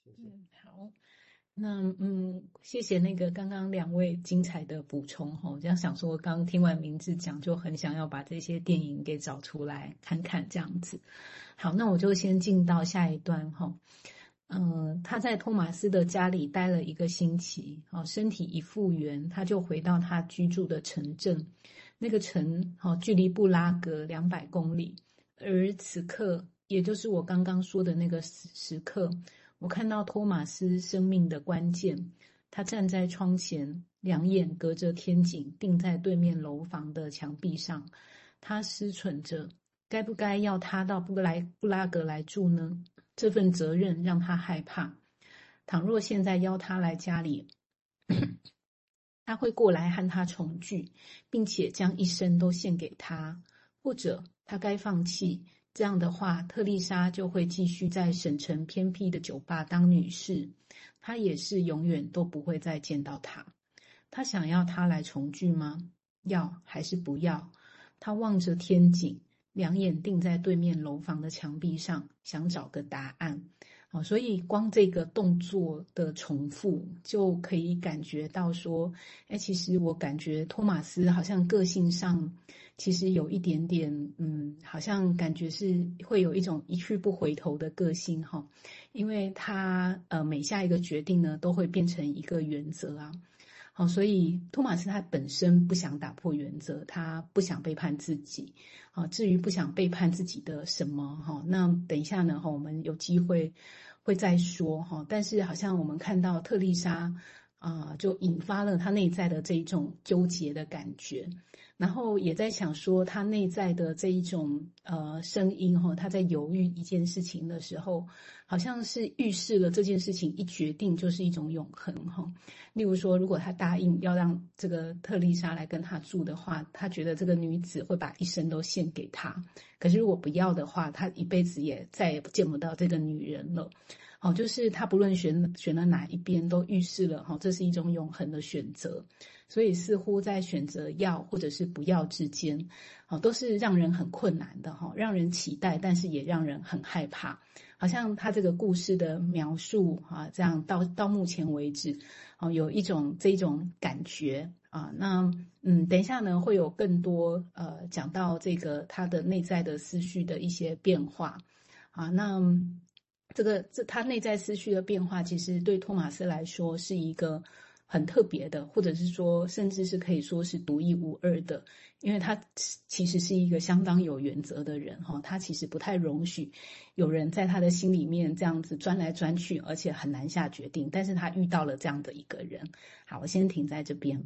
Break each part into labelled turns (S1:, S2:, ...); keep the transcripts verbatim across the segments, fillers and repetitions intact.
S1: 谢。
S2: 嗯，好。那嗯，谢谢那个刚刚两位精彩的补充哈。这样想说，刚听完名字讲，就很想要把这些电影给找出来看看这样子。好，那我就先进到下一段哈。嗯，他在托马斯的家里待了一个星期，哦，身体一复原，他就回到他居住的城镇。那个城，哦，距离布拉格两百公里。而此刻，也就是我刚刚说的那个时时刻，我看到托马斯生命的关键。他站在窗前，两眼隔着天井，定在对面楼房的墙壁上。他思忖着，该不该要他到布莱布拉格来住呢？这份责任让他害怕。倘若现在邀他来家里，他会过来和他重聚，并且将一生都献给他。或者他该放弃，这样的话，特丽莎就会继续在省城偏僻的酒吧当女士，他也是永远都不会再见到他。他想要他来重聚吗？要还是不要？他望着天井，两眼定在对面楼房的墙壁上，想找个答案。哦，所以光这个动作的重复就可以感觉到说，哎，其实我感觉托马斯好像个性上其实有一点点，嗯，好像感觉是会有一种一去不回头的个性哈，因为他呃每下一个决定呢都会变成一个原则啊。好，所以托马斯他本身不想打破原则，他不想背叛自己。好，至于不想背叛自己的什么哈，那等一下呢哈，我们有机会会再说哈。但是好像我们看到特丽莎啊、呃，就引发了他内在的这一种纠结的感觉。然后也在想说，他内在的这一种呃声音哈，他在犹豫一件事情的时候，好像是预示了这件事情一决定就是一种永恒哈。例如说，如果他答应要让这个特丽莎来跟他住的话，他觉得这个女子会把一生都献给他。可是如果不要的话，他一辈子也再也见不到这个女人了。好，就是他不论选选了哪一边，都预示了哈，这是一种永恒的选择。所以似乎在选择要或者是不要之间，好，都是让人很困难的哈，让人期待，但是也让人很害怕。好像他这个故事的描述啊，这样到到目前为止，哦，有一种这种感觉啊。那嗯，等一下呢，会有更多呃讲到这个他的内在的思绪的一些变化啊。那这个这他内在思绪的变化，其实对托马斯来说是一个很特别的，或者是说，甚至是可以说是独一无二的，因为他其实是一个相当有原则的人哈，他其实不太容许有人在他的心里面这样子钻来钻去，而且很难下决定，但是他遇到了这样的一个人。好，我先停在这边。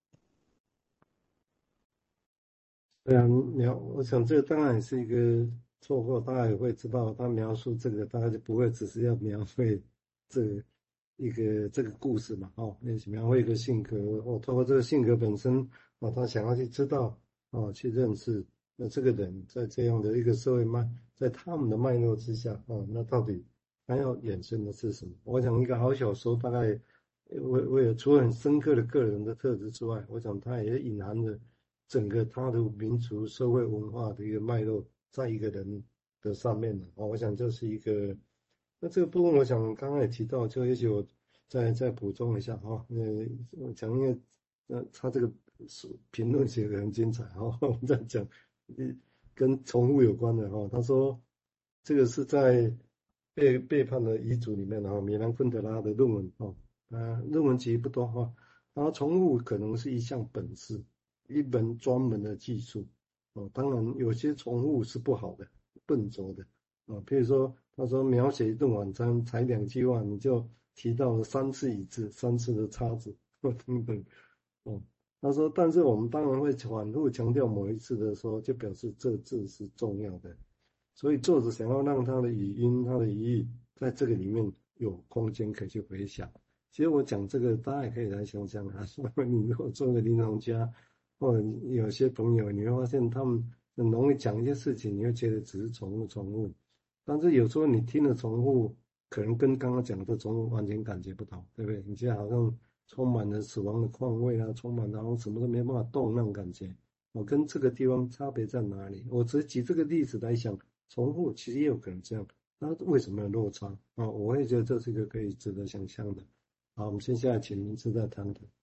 S1: 对啊，描，我想这当然也是一个错过，大家也会知道，他描述这个，大家就不会只是要描绘这个一个这个故事嘛，哦，那描绘一个性格，哦，透过这个性格本身，哦，他想要去知道，哦，去认识，那这个人在这样的一个社会脉，在他们的脉络之下，哦，那到底他要衍生的是什么？我想一个好小说大概为为了除了很深刻的个人的特质之外，我想它也隐含着整个他的民族社会文化的一个脉络，在一个人的上面的哦，我想这是一个。那这个部分，我想刚刚也提到，就也许我再再补充一下哈。呃，我讲因为呃，他这个评论写的很精彩哈。我们在讲跟宠物有关的哈。他说这个是在背背叛的遗嘱里面哈，米兰昆德拉的论文哈。啊，论文其实不多哈。然后宠物可能是一项本事，一门专门的技术哦。当然，有些宠物是不好的，笨拙的啊。譬如说，他说描写一顿晚餐才两句话，你就提到了三次椅子、三次的叉子等等哦。他说，但是我们当然会反复强调某一次的时候，就表示这字是重要的。所以作者想要让他的语音、他的语义在这个里面有空间可以去回想。其实我讲这个，大家也可以来想想啊。你如果做个临床家，或者有些朋友，你会发现他们很容易讲一些事情，你会觉得只是宠物、宠物，但是有时候你听了宠物，可能跟刚刚讲的宠物完全感觉不同，对不对？你觉得好像充满了死亡的况味啊，充满了好像什么都没办法动那种感觉。我跟这个地方差别在哪里？我只举这个例子来想，宠物其实也有可能这样。 那为什么有落差啊？我会觉得这是一个可以值得想象的。好，我们接下来请明志再谈谈。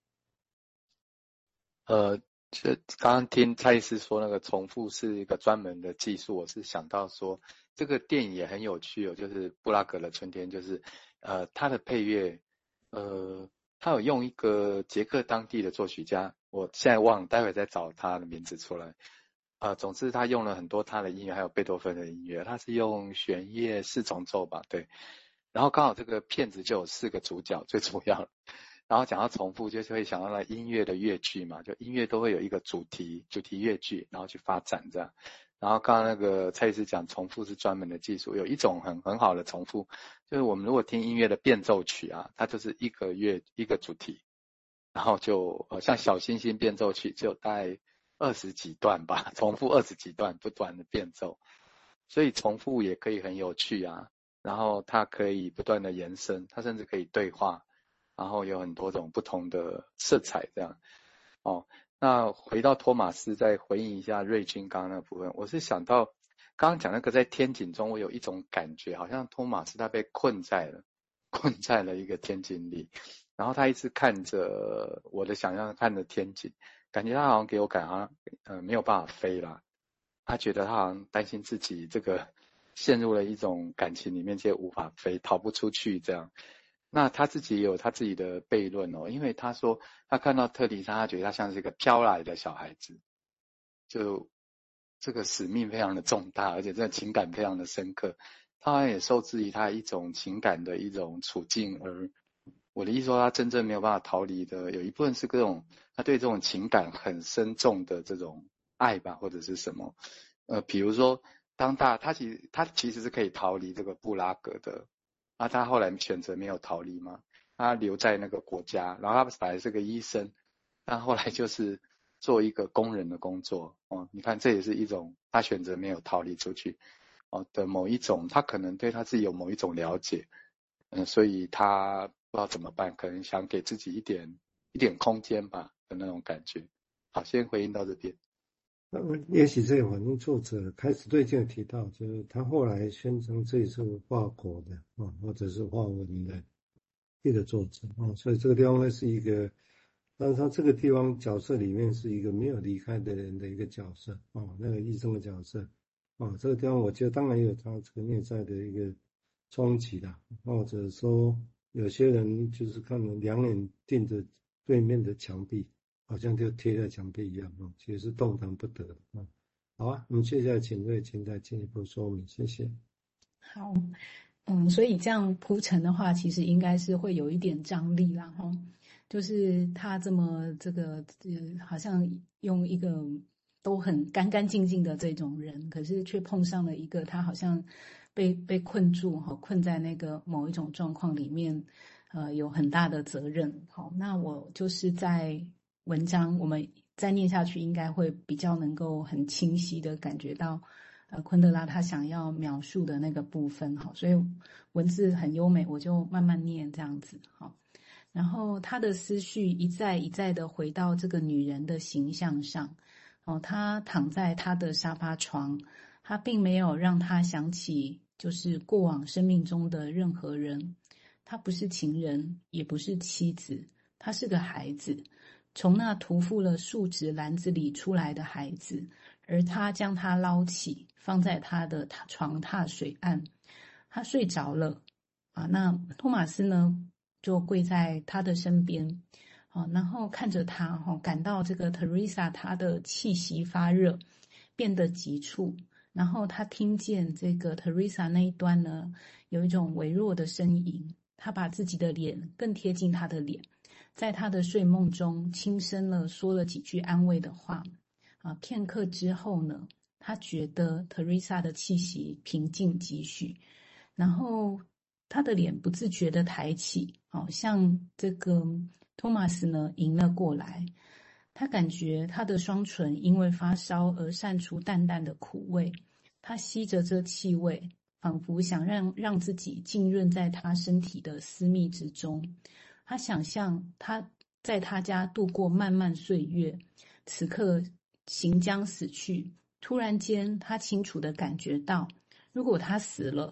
S3: 呃，就刚刚听蔡医师说那个重复是一个专门的技术，我是想到说这个电影也很有趣哦，就是布拉格的春天，就是呃它的配乐，呃他有用一个捷克当地的作曲家，我现在忘了，待会再找他的名字出来。呃，总之他用了很多他的音乐，还有贝多芬的音乐，他是用弦乐四重奏吧，对。然后刚好这个片子就有四个主角，最主要。然后讲到重复，就是会想到了音乐的乐句嘛，就音乐都会有一个主题，主题乐句，然后去发展这样。然后刚刚那个蔡医师讲重复是专门的技术，有一种很很好的重复，就是我们如果听音乐的变奏曲啊，它就是一个乐一个主题，然后就呃像小星星变奏曲就大概二十几段吧，重复二十几段不断的变奏，所以重复也可以很有趣啊。然后它可以不断的延伸，它甚至可以对话，然后有很多种不同的色彩这样。哦，那回到托马斯，再回应一下瑞军刚刚那个部分，我是想到刚刚讲那个在天井中，我有一种感觉，好像托马斯他被困在了，困在了一个天井里，然后他一直看着我的想象，看着天井，感觉他好像给我感好像呃没有办法飞啦，他觉得他好像担心自己这个陷入了一种感情里面，却无法飞，逃不出去这样。那他自己也有他自己的悖论哦，因为他说他看到特丽莎，他觉得他像是一个飘来的小孩子，就这个使命非常的重大，而且这个情感非常的深刻，他好像也受制于他一种情感的一种处境，而我的意思说他真正没有办法逃离的，有一部分是各种他对这种情感很深重的这种爱吧，或者是什么，呃，比如说当大他其实他其实是可以逃离这个布拉格的。啊，他后来选择没有逃离嘛，他留在那个国家，然后他本来是个医生，但后来就是做一个工人的工作哦。你看，这也是一种他选择没有逃离出去哦的某一种，他可能对他自己有某一种了解，嗯，所以他不知道怎么办，可能想给自己一点一点空间吧的那种感觉。好，先回应到这边。
S1: 那么，也许这个反映作者开始最近有提到，就是他后来宣称这是法国的啊，或者是法文的一个作者啊，所以这个地方呢是一个，但是他这个地方角色里面是一个没有离开的人的一个角色啊，那个医生的角色啊，这个地方我觉得当然有他这个内在的一个冲击啦，或者说有些人就是可能两眼盯着对面的墙壁。好像就贴在墙壁一样啊，其实是动弹不得啊。好啊，我们接下来请瑞琴再进一步说明，谢谢。
S2: 好，嗯，所以这样铺陈的话，其实应该是会有一点张力啦，哈，就是他这么这个，呃，好像用一个都很干干净净的这种人，可是却碰上了一个他好像被被困住，哈，困在那个某一种状况里面，呃，有很大的责任。好，那我就是在文章我们再念下去，应该会比较能够很清晰的感觉到。呃，昆德拉他想要描述的那个部分，哈，所以文字很优美，我就慢慢念这样子，哈。然后他的思绪一再一再的回到这个女人的形象上，哦，她躺在她的沙发床，她并没有让他想起就是过往生命中的任何人，她不是情人，也不是妻子，她是个孩子，从那涂覆了树脂篮子里出来的孩子。而他将他捞起，放在他的床榻水岸。他睡着了啊。那托马斯呢，就跪在他的身边，啊，然后看着他，哈，感到这个 Teresa 她的气息发热，变得急促。然后他听见这个 Teresa 那一端呢，有一种微弱的呻吟。他把自己的脸更贴近他的脸，在他的睡梦中轻声了说了几句安慰的话。啊，片刻之后呢，他觉得 Teresa 的气息平静几许，然后他的脸不自觉地抬起，好像这个托马斯呢迎了过来。他感觉他的双唇因为发烧而散出淡淡的苦味，他吸着这气味，仿佛想让让自己浸润在他身体的私密之中。他想象他在他家度过漫漫岁月，此刻行将死去，突然间他清楚地感觉到，如果他死了，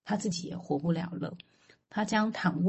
S2: 他自己也活不了了。他将躺